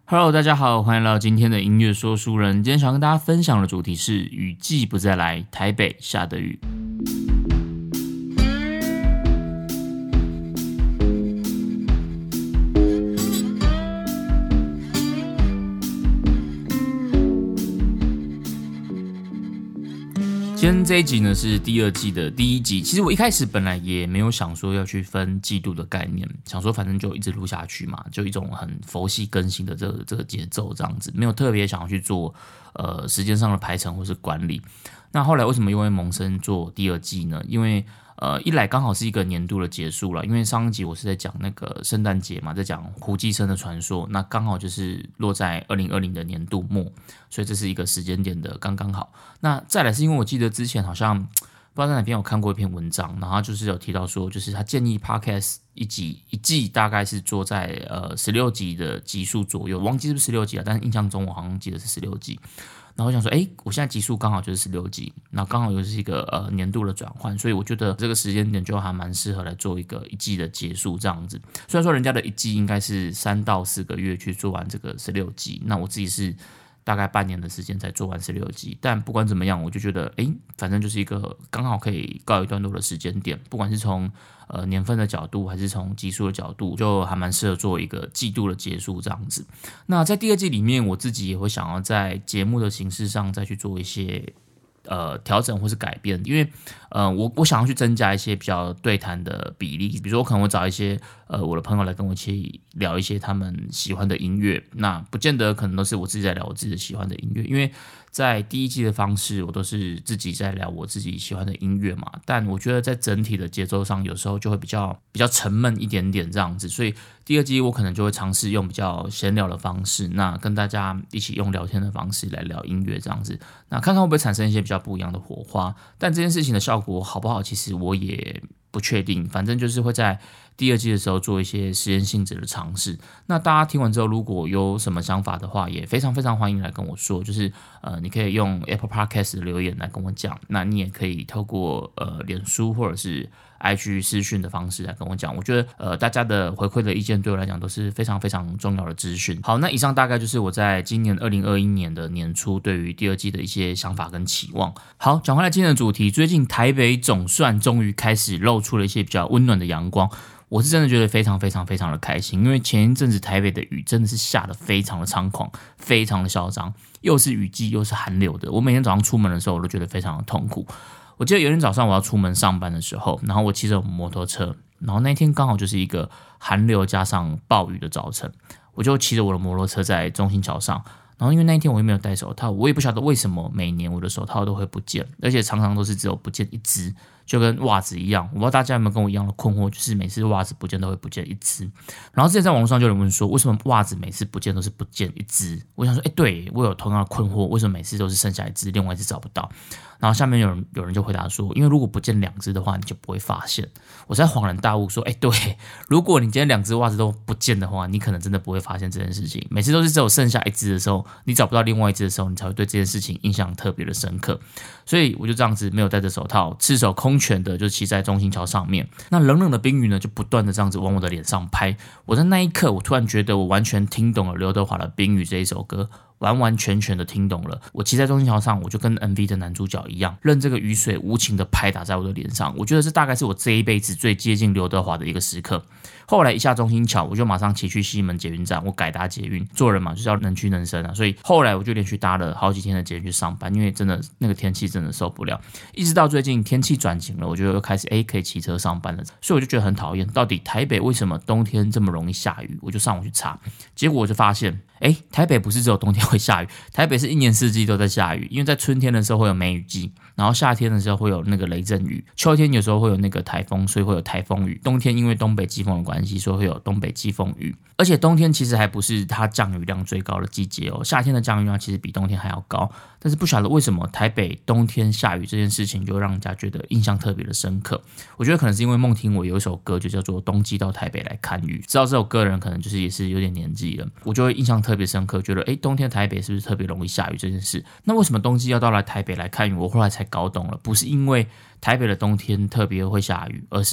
Hello， 大家好，欢迎来到今天的音乐说书人。今天想跟大家分享的主题是雨季不再来，台北下的雨。今天这一集呢是第二季的第一集。其实我一开始本来也没有想说要去分季度的概念，想说反正就一直录下去嘛，就一种很佛系更新的这个节奏这样子，没有特别想要去做时间上的排程或是管理。那后来为什么又会萌生做第二季呢？因为一来刚好是一个年度的结束了，因为上一集我是在讲那个圣诞节嘛，在讲胡姬生的传说，那刚好就是落在2020的年度末，所以这是一个时间点的刚刚好。那再来是因为我记得之前好像不知道在哪边有看过一篇文章，然后他就是有提到说，就是他建议 Podcast 一季大概是做在16集的集数左右，我忘记是不是16集了，但是印象中我好像记得是16集。然后我想说，我现在集数刚好就是16集，然后刚好又是一个年度的转换，所以我觉得这个时间点就还蛮适合来做一个一季的结束这样子。虽然说人家的一季应该是3到4个月去做完这个16集，那我自己是大概半年的时间才做完16集，但不管怎么样，我就觉得反正就是一个刚好可以告一段落的时间点，不管是从年份的角度还是从集数的角度，就还蛮适合做一个季度的结束这样子。那在第二季里面，我自己也会想要在节目的形式上再去做一些调整或是改变，因为我想要去增加一些比较对谈的比例，比如说我可能会找一些我的朋友来跟我一起聊一些他们喜欢的音乐，那不见得可能都是我自己在聊我自己喜欢的音乐，因为在第一季的方式我都是自己在聊我自己喜欢的音乐嘛，但我觉得在整体的节奏上有时候就会比较沉闷一点点这样子，所以第二季我可能就会尝试用比较闲聊的方式，那跟大家一起用聊天的方式来聊音乐这样子，那看看会不会产生一些比较不一样的火花，但这件事情的效果好不好，其实我也不确定，反正就是会在第二季的时候做一些实验性质的尝试。那大家听完之后，如果有什么想法的话，也非常非常欢迎来跟我说，就是你可以用 Apple Podcast 的留言来跟我讲，那你也可以透过脸书或者是 IG 私讯的方式来跟我讲，我觉得大家的回馈的意见对我来讲都是非常非常重要的资讯。好，那以上大概就是我在今年2021年的年初对于第二季的一些想法跟期望。好，讲回来今天的主题，最近台北总算终于开始露出了一些比较温暖的阳光，我是真的觉得非常非常非常的开心，因为前一阵子台北的雨真的是下得非常的猖狂，非常的嚣张，又是雨季又是寒流的，我每天早上出门的时候我都觉得非常的痛苦。我记得有一天早上我要出门上班的时候，然后我骑着摩托车，然后那天刚好就是一个寒流加上暴雨的早晨，我就骑着我的摩托车在中心桥上，然后因为那一天我又没有戴手套，我也不晓得为什么每年我的手套都会不见，而且常常都是只有不见一只，就跟袜子一样，我不知道大家有没有跟我一样的困惑，就是每次袜子不见都会不见一只。然后之前在网络上就有人问说，为什么袜子每次不见都是不见一只？我想说，对，我有同样的困惑，为什么每次都是剩下一只，另外一只找不到？然后下面有人就回答说，因为如果不见2只的话，你就不会发现。我才恍然大悟说，对，如果你今天2只袜子都不见的话，你可能真的不会发现这件事情。每次都是只有剩下一只的时候，你找不到另外一只的时候，你才会对这件事情印象特别的深刻。所以我就这样子没有戴着手套，赤手空拳的就骑在中心桥上面，那冷冷的冰雨呢，就不断的这样子往我的脸上拍。我在那一刻，我突然觉得我完全听懂了刘德华的《冰雨》这一首歌。完完全全的听懂了，我骑在中心桥上，我就跟 MV 的男主角一样，任这个雨水无情的拍打在我的脸上。我觉得这大概是我这一辈子最接近刘德华的一个时刻。后来一下中心桥，我就马上骑去西门捷运站，我改搭捷运，做人嘛就是要能屈能伸啊，所以后来我就连续搭了好几天的捷运去上班，因为真的那个天气真的受不了。一直到最近天气转晴了，我就又开始可以骑车上班了，所以我就觉得很讨厌，到底台北为什么冬天这么容易下雨？我就上网去查，结果我就发现，台北不是只有冬天会下雨，台北是一年四季都在下雨，因为在春天的时候会有梅雨季，然后夏天的时候会有那个雷阵雨，秋天有时候会有那个台风，所以会有台风雨，冬天因为东北季风的关系，所以会有东北季风雨。而且冬天其实还不是它降雨量最高的季节哦，夏天的降雨量其实比冬天还要高，但是不晓得为什么台北冬天下雨这件事情就让人家觉得印象特别的深刻。我觉得可能是因为孟庭苇有一首歌就叫做《冬季到台北来看雨》，知道这首歌的人可能就是也是有点年纪了，我就会印象特别深刻，觉得冬天台北是不是特别容易下雨这件事。那为什么冬季要到来台北来看雨，我后来才搞懂了，不是因为台北的冬天特别会下雨，而是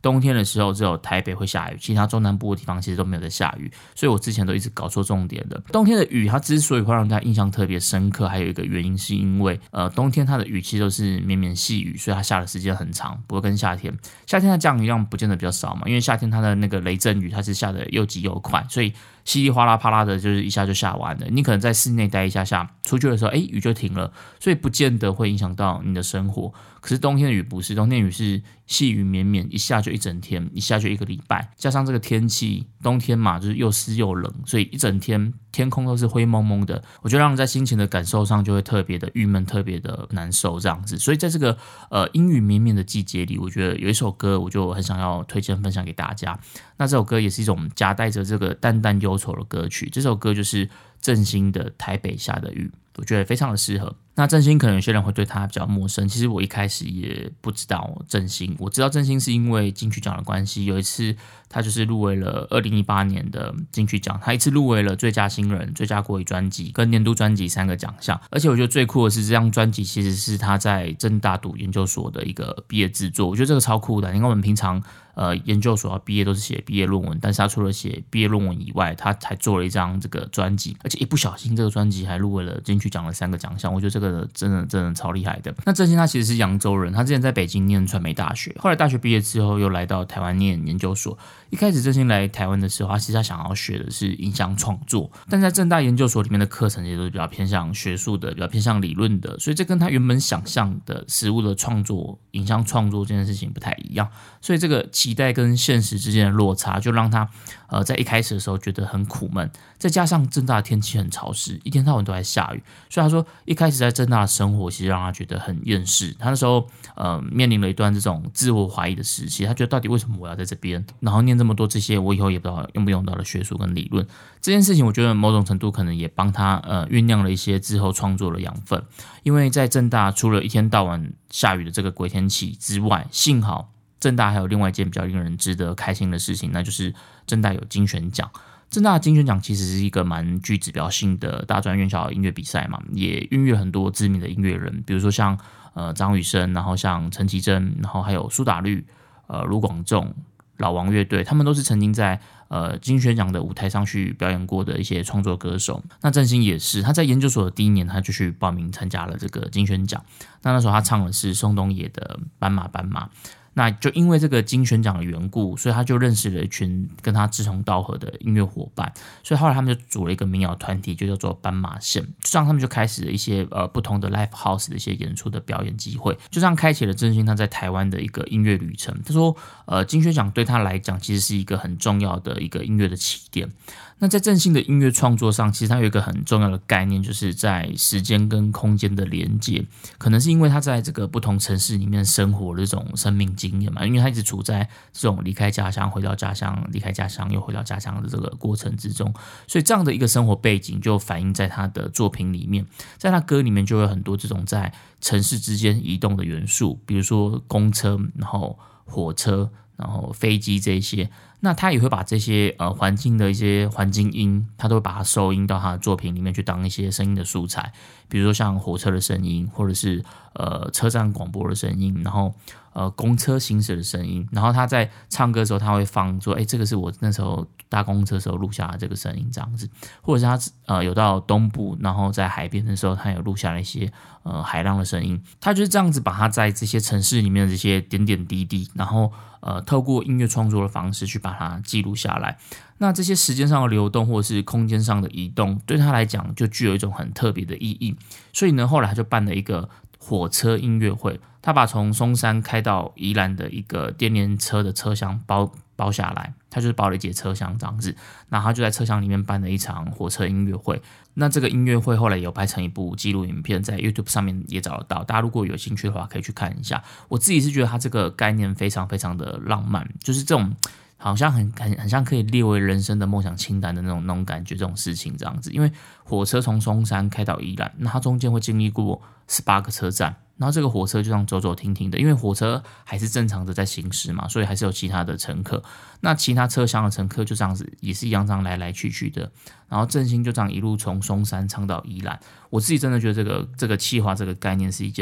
冬天的时候只有台北会下雨，其他中南部的地方其实都没有在下雨，所以我之前都一直搞错重点的。冬天的雨它之所以会让人家印象特别深刻，还有一个原因是因为冬天它的雨其实都是绵绵细雨，所以它下的时间很长，不会跟夏天它降雨量不见得比较少嘛，因为夏天它的那个雷阵雨它是下的又急又快，所以稀里哗啦啪啦的，就是一下就下完了。你可能在室内待一下下，出去的时候，雨就停了，所以不见得会影响到你的生活。可是冬天的雨不是，冬天的雨是细雨绵绵，一下就一整天，一下就一个礼拜，加上这个天气，冬天嘛，就是又湿又冷，所以一整天天空都是灰蒙蒙的，我觉得让人在心情的感受上就会特别的郁闷，特别的难受这样子。所以在这个阴雨绵绵的季节里，我觉得有一首歌我就很想要推荐分享给大家。那这首歌也是一种夹带着这个淡淡忧愁的歌曲，这首歌就是郑兴的《台北下的雨》，我觉得非常的适合。那郑兴可能有些人会对他比较陌生，其实我一开始也不知道郑兴，我知道郑兴是因为金曲奖的关系，有一次他就是入围了2018年的金曲奖，他一次入围了最佳新人、最佳国语专辑跟年度专辑3个奖项。而且我觉得最酷的是，这张专辑其实是他在政大读研究所的一个毕业制作，我觉得这个超酷的。因为我们平常研究所要毕业都是写毕业论文，但是他除了写毕业论文以外，他还做了一张这个专辑，而且一不小心这个专辑还入围了金曲奖的3个奖项，我觉得这个真的超厉害的。那郑兴他其实是扬州人，他之前在北京念传媒大学，后来大学毕业之后又来到台湾念研究所。一开始郑兴来台湾的时候，其实他想要学的是影像创作，但在政大研究所里面的课程也都是比较偏向学术的，比较偏向理论的，所以这跟他原本想象的实务的创作、影像创作这件事情不太一样，所以这个期待跟现实之间的落差，就让他在一开始的时候觉得很苦闷。再加上政大的天气很潮湿，一天到晚都在下雨，所以他说一开始在政大的生活其实让他觉得很厌世。他那时候面临了一段这种自我怀疑的时期，他觉得到底为什么我要在这边，然后念这么多这些我以后也不知道用不用到的学术跟理论。这件事情我觉得某种程度可能也帮他酝酿了一些之后创作的养分。因为在政大除了一天到晚下雨的这个鬼天气之外，幸好政大还有另外一件比较令人值得开心的事情，那就是政大有金旋奖。政大的金旋奖其实是一个蛮具指标性的大专院校音乐比赛嘛，也孕育了很多知名的音乐人，比如说像张雨生，然后像陈绮贞，然后还有苏打绿、卢广仲、老王乐队，他们都是曾经在金旋奖的舞台上去表演过的一些创作歌手。那郑兴也是，他在研究所的第1年他就去报名参加了这个金旋奖。那时候他唱的是宋冬野的《斑马斑马》。那就因为这个金旋奖的缘故，所以他就认识了一群跟他志同道合的音乐伙伴，所以后来他们就组了一个民谣团体，就叫做斑马线。就这样他们就开始了一些不同的 live house 的一些演出的表演机会，就这样开启了郑兴他在台湾的一个音乐旅程。他说金旋奖对他来讲其实是一个很重要的一个音乐的起点。那在郑兴的音乐创作上，其实他有一个很重要的概念，就是在时间跟空间的连接。可能是因为他在这个不同城市里面生活的这种生命经验嘛，因为他一直处在这种离开家乡回到家乡，离开家乡又回到家乡的这个过程之中，所以这样的一个生活背景就反映在他的作品里面。在他歌里面就有很多这种在城市之间移动的元素，比如说公车，然后火车，然后飞机这些。那他也会把这些环境的一些环境音，他都会把它收音到他的作品里面去当一些声音的素材，比如说像火车的声音，或者是车站广播的声音，然后公车行驶的声音。然后他在唱歌的时候，他会放说，这个是我那时候搭公车的时候录下的这个声音，这样子。或者是他有到东部，然后在海边的时候，他有录下了一些海浪的声音。他就是这样子把他在这些城市里面的这些点点滴滴，然后透过音乐创作的方式去把它记录下来。那这些时间上的流动或者是空间上的移动，对他来讲就具有一种很特别的意义。所以呢，后来他就办了一个火车音乐会，他把从松山开到宜兰的一个电联车的车厢包下来，他就是包了一节车厢这样子，然后他就在车厢里面办了一场火车音乐会。那这个音乐会后来有拍成一部纪录影片，在 YouTube 上面也找得到，大家如果有兴趣的话可以去看一下。我自己是觉得他这个概念非常非常的浪漫，就是这种好像很像可以列为人生的梦想清单的那种感觉，这种事情这样子。因为火车从松山开到宜兰，那它中间会经历过18个车站，然后这个火车就这样走走停停的，因为火车还是正常的在行驶嘛，所以还是有其他的乘客。那其他车厢的乘客就这样子也是一样这样来来去去的，然后郑兴就这样一路从松山唱到宜兰。我自己真的觉得这个企划这个概念是一件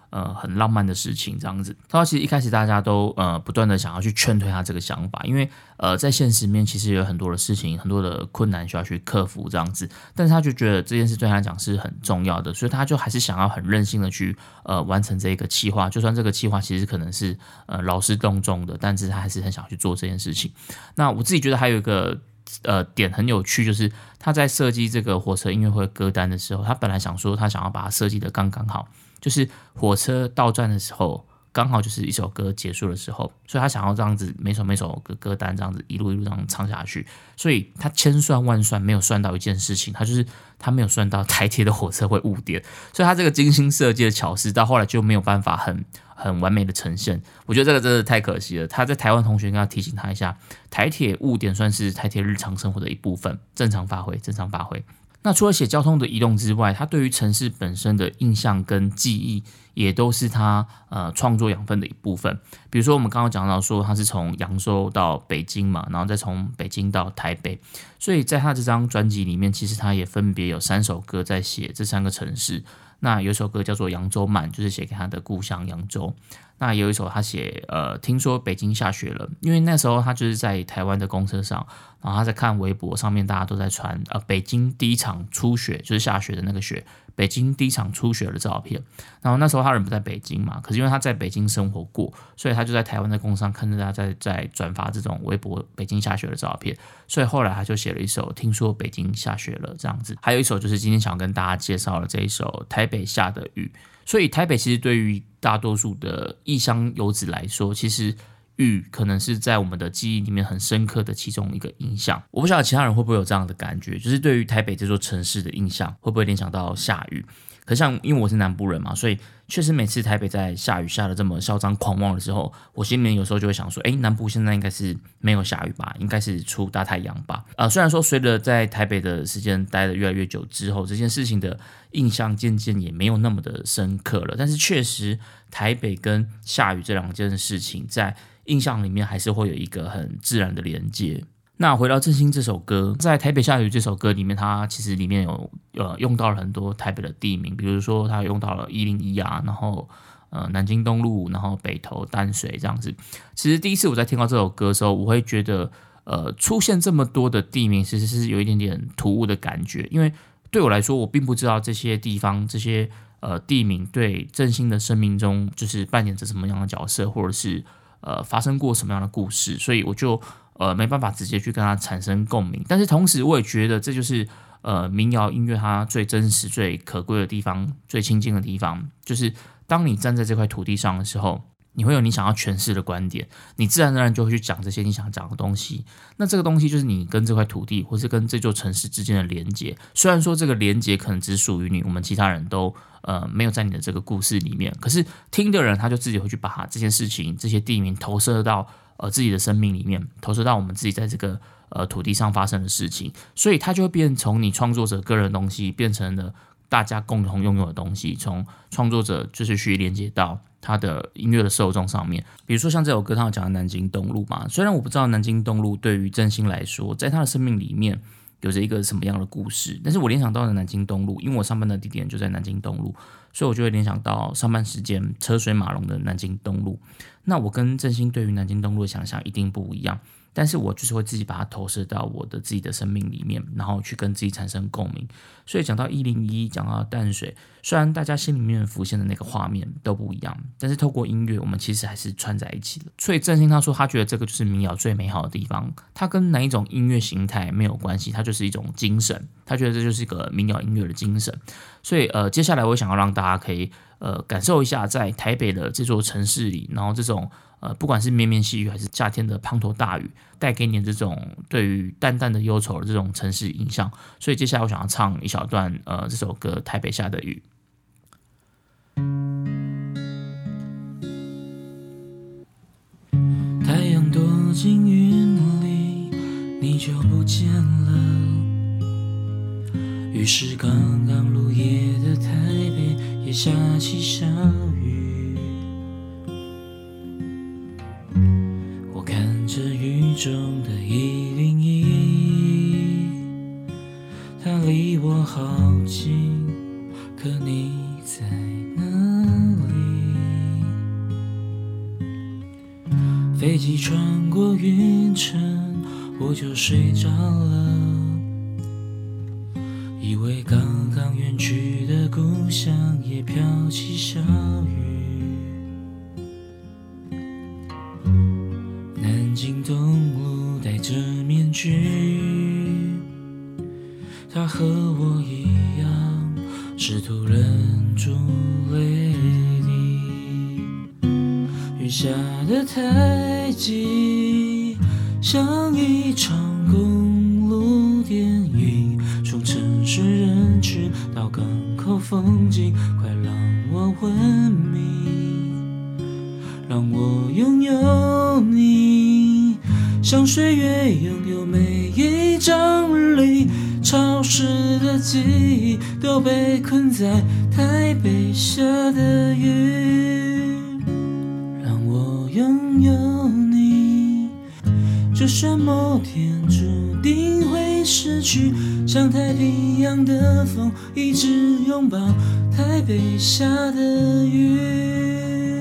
很浪漫的事情这样子。他说其实一开始大家都不断的想要去劝退他这个想法，因为在现实面其实有很多的事情，很多的困难需要去克服这样子，但是他就觉得这件事对他来讲是很重要的，所以他就还是想要很任性的去完成这个企划，就算这个企划其实可能是劳师动众的，但是他还是很想去做这件事情。那我自己觉得还有一个点很有趣，就是他在设计这个火车音乐会歌单的时候，他本来想说他想要把它设计的刚刚好，就是火车到站的时候刚好就是一首歌结束的时候，所以他想要这样子每首歌单这样子一路这样唱下去，所以他千算万算没有算到一件事情，他没有算到台铁的火车会误点，所以他这个精心设计的巧思到后来就没有办法很完美的呈现，我觉得这个真的太可惜了。他在台湾同学应该要提醒他一下，台铁误点算是台铁日常生活的一部分，正常发挥。那除了写交通的移动之外，他对于城市本身的印象跟记忆也都是他创作养分的一部分。比如说我们刚刚讲到说他是从扬州到北京嘛，然后再从北京到台北，所以在他这张专辑里面，其实他也分别有3首歌在写这3个城市。那有一首歌叫做《扬州慢》，就是写给他的故乡扬州。那有一首他写听说北京下雪了，因为那时候他就是在台湾的公车上，然后他在看微博上面大家都在传北京第一场初雪，就是下雪的那个雪，北京第一场初雪的照片。然后那时候他人不在北京嘛，可是因为他在北京生活过，所以他就在台湾的公车上看着大家在转发这种微博北京下雪的照片，所以后来他就写了一首听说北京下雪了这样子。还有一首就是今天想跟大家介绍的这一首台北下的雨。所以台北其实对于大多数的异乡游子来说，其实雨可能是在我们的记忆里面很深刻的其中一个印象。我不晓得其他人会不会有这样的感觉，就是对于台北这座城市的印象会不会联想到下雨。可是像因为我是南部人嘛，所以确实每次台北在下雨下的这么嚣张狂妄的时候，我心里面有时候就会想说，南部现在应该是没有下雨吧，应该是出大太阳吧。虽然说随着在台北的时间待得越来越久之后，这件事情的印象渐渐也没有那么的深刻了，但是确实台北跟下雨这2件事情在印象里面还是会有一个很自然的连接。那回到振兴这首歌，在台北下雨这首歌里面，它其实里面有用到了很多台北的地名，比如说它用到了101啊，然后南京东路，然后北投、淡水这样子。其实第一次我在听到这首歌的时候，我会觉得出现这么多的地名其实是有一点点突兀的感觉，因为对我来说我并不知道这些地方这些地名对振兴的生命中就是扮演着什么样的角色，或者是发生过什么样的故事，所以我就没办法直接去跟他产生共鸣。但是同时我也觉得这就是民谣音乐它最真实最可贵的地方，最亲近的地方，就是当你站在这块土地上的时候，你会有你想要诠释的观点，你自然而然就会去讲这些你想讲的东西。那这个东西就是你跟这块土地或是跟这座城市之间的连结，虽然说这个连结可能只属于你，我们其他人都没有在你的这个故事里面，可是听的人他就自己会去把这件事情这些地名投射到自己的生命里面，投射到我们自己在这个土地上发生的事情，所以它就会变从你创作者个人的东西变成了大家共同拥有的东西，从创作者就是去连接到他的音乐的受众上面。比如说像这首歌他有讲的南京东路嘛，虽然我不知道南京东路对于振兴来说在他的生命里面有着一个什么样的故事，但是我联想到的南京东路，因为我上班的地点就在南京东路，所以我就会联想到上班时间车水马龙的南京东路。那我跟振兴对于南京东路的想象一定不一样，但是我就是会自己把它投射到我的自己的生命里面，然后去跟自己产生共鸣。所以讲到101，讲到淡水，虽然大家心里面浮现的那个画面都不一样，但是透过音乐我们其实还是串在一起的。所以振兴他说他觉得这个就是民谣最美好的地方，他跟哪一种音乐形态没有关系，它就是一种精神，他觉得这就是一个民谣音乐的精神。所以接下来我想要让大家可以感受一下在台北的这座城市里，然后这种不管是绵绵细雨还是夏天的滂沱大雨带给你这种对于淡淡的忧愁的这种城市影响。所以接下来我想要唱一小段这首歌《台北下的雨》。 太阳躲进云里，你就不见了。于是刚刚入夜的台北也下起小雨。我看着雨中的101，它离我好近，可你在哪里？ 飞机穿过云层，我就睡着了。以为刚刚远去的故乡也飘起小雨。南京东路戴着面具，他和我一样试图忍住泪滴。雨下得太急，像一场公路电影，从城市人群到港口风景，快让我昏迷，让我拥有你，像岁月拥有每一张里潮湿的记忆，都被困在台北下的雨。让我拥有你，就算某天注定会失去，像太平洋的风，一直拥抱台北下的雨。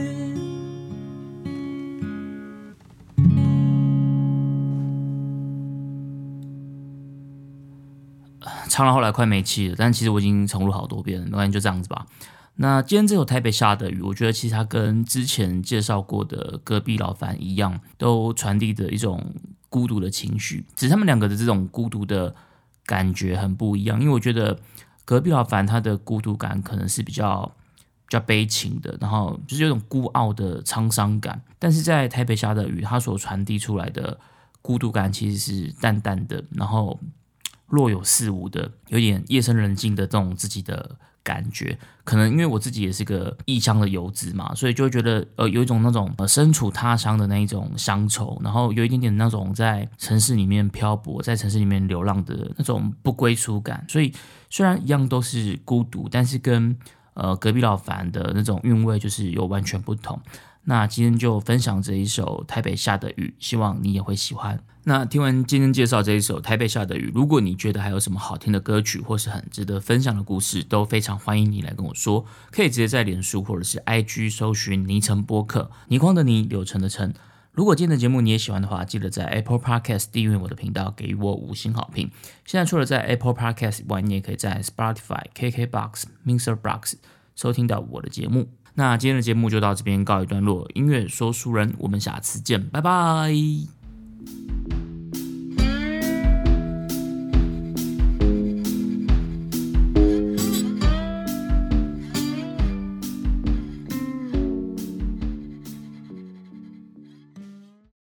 唱到后来快没气了，但其实我已经重录好多遍了，没关系，就这样子吧。那今天这首台北下的雨，我觉得其实它跟之前介绍过的隔壁老樊一样，都传递着一种孤独的情绪，只是他们两个的这种孤独的感觉很不一样。因为我觉得隔壁老樊他的孤独感可能是比较悲情的，然后就是有种孤傲的沧桑感，但是在台北下的雨，它所传递出来的孤独感其实是淡淡的，然后若有似无的，有点夜深人静的这种自己的感觉。可能因为我自己也是个异乡的游子嘛，所以就会觉得有一种那种身处他乡的那一种乡愁，然后有一点点那种在城市里面漂泊，在城市里面流浪的那种不归属感。所以虽然一样都是孤独，但是跟隔壁老樊的那种韵味就是有完全不同。那今天就分享这一首台北下的雨，希望你也会喜欢。那听完今天介绍这一首台北下的雨，如果你觉得还有什么好听的歌曲或是很值得分享的故事，都非常欢迎你来跟我说，可以直接在脸书或者是 IG 搜寻倪橙播客，倪匡的倪，柳橙的橙。如果今天的节目你也喜欢的话，记得在 Apple Podcast 订阅我的频道，给予我5星好评。现在除了在 Apple Podcast 外，你也可以在 Spotify、KKBox、Mixerbox 收听到我的节目。那今天的节目就到这边告一段落，音乐说书人，我们下次见，拜拜。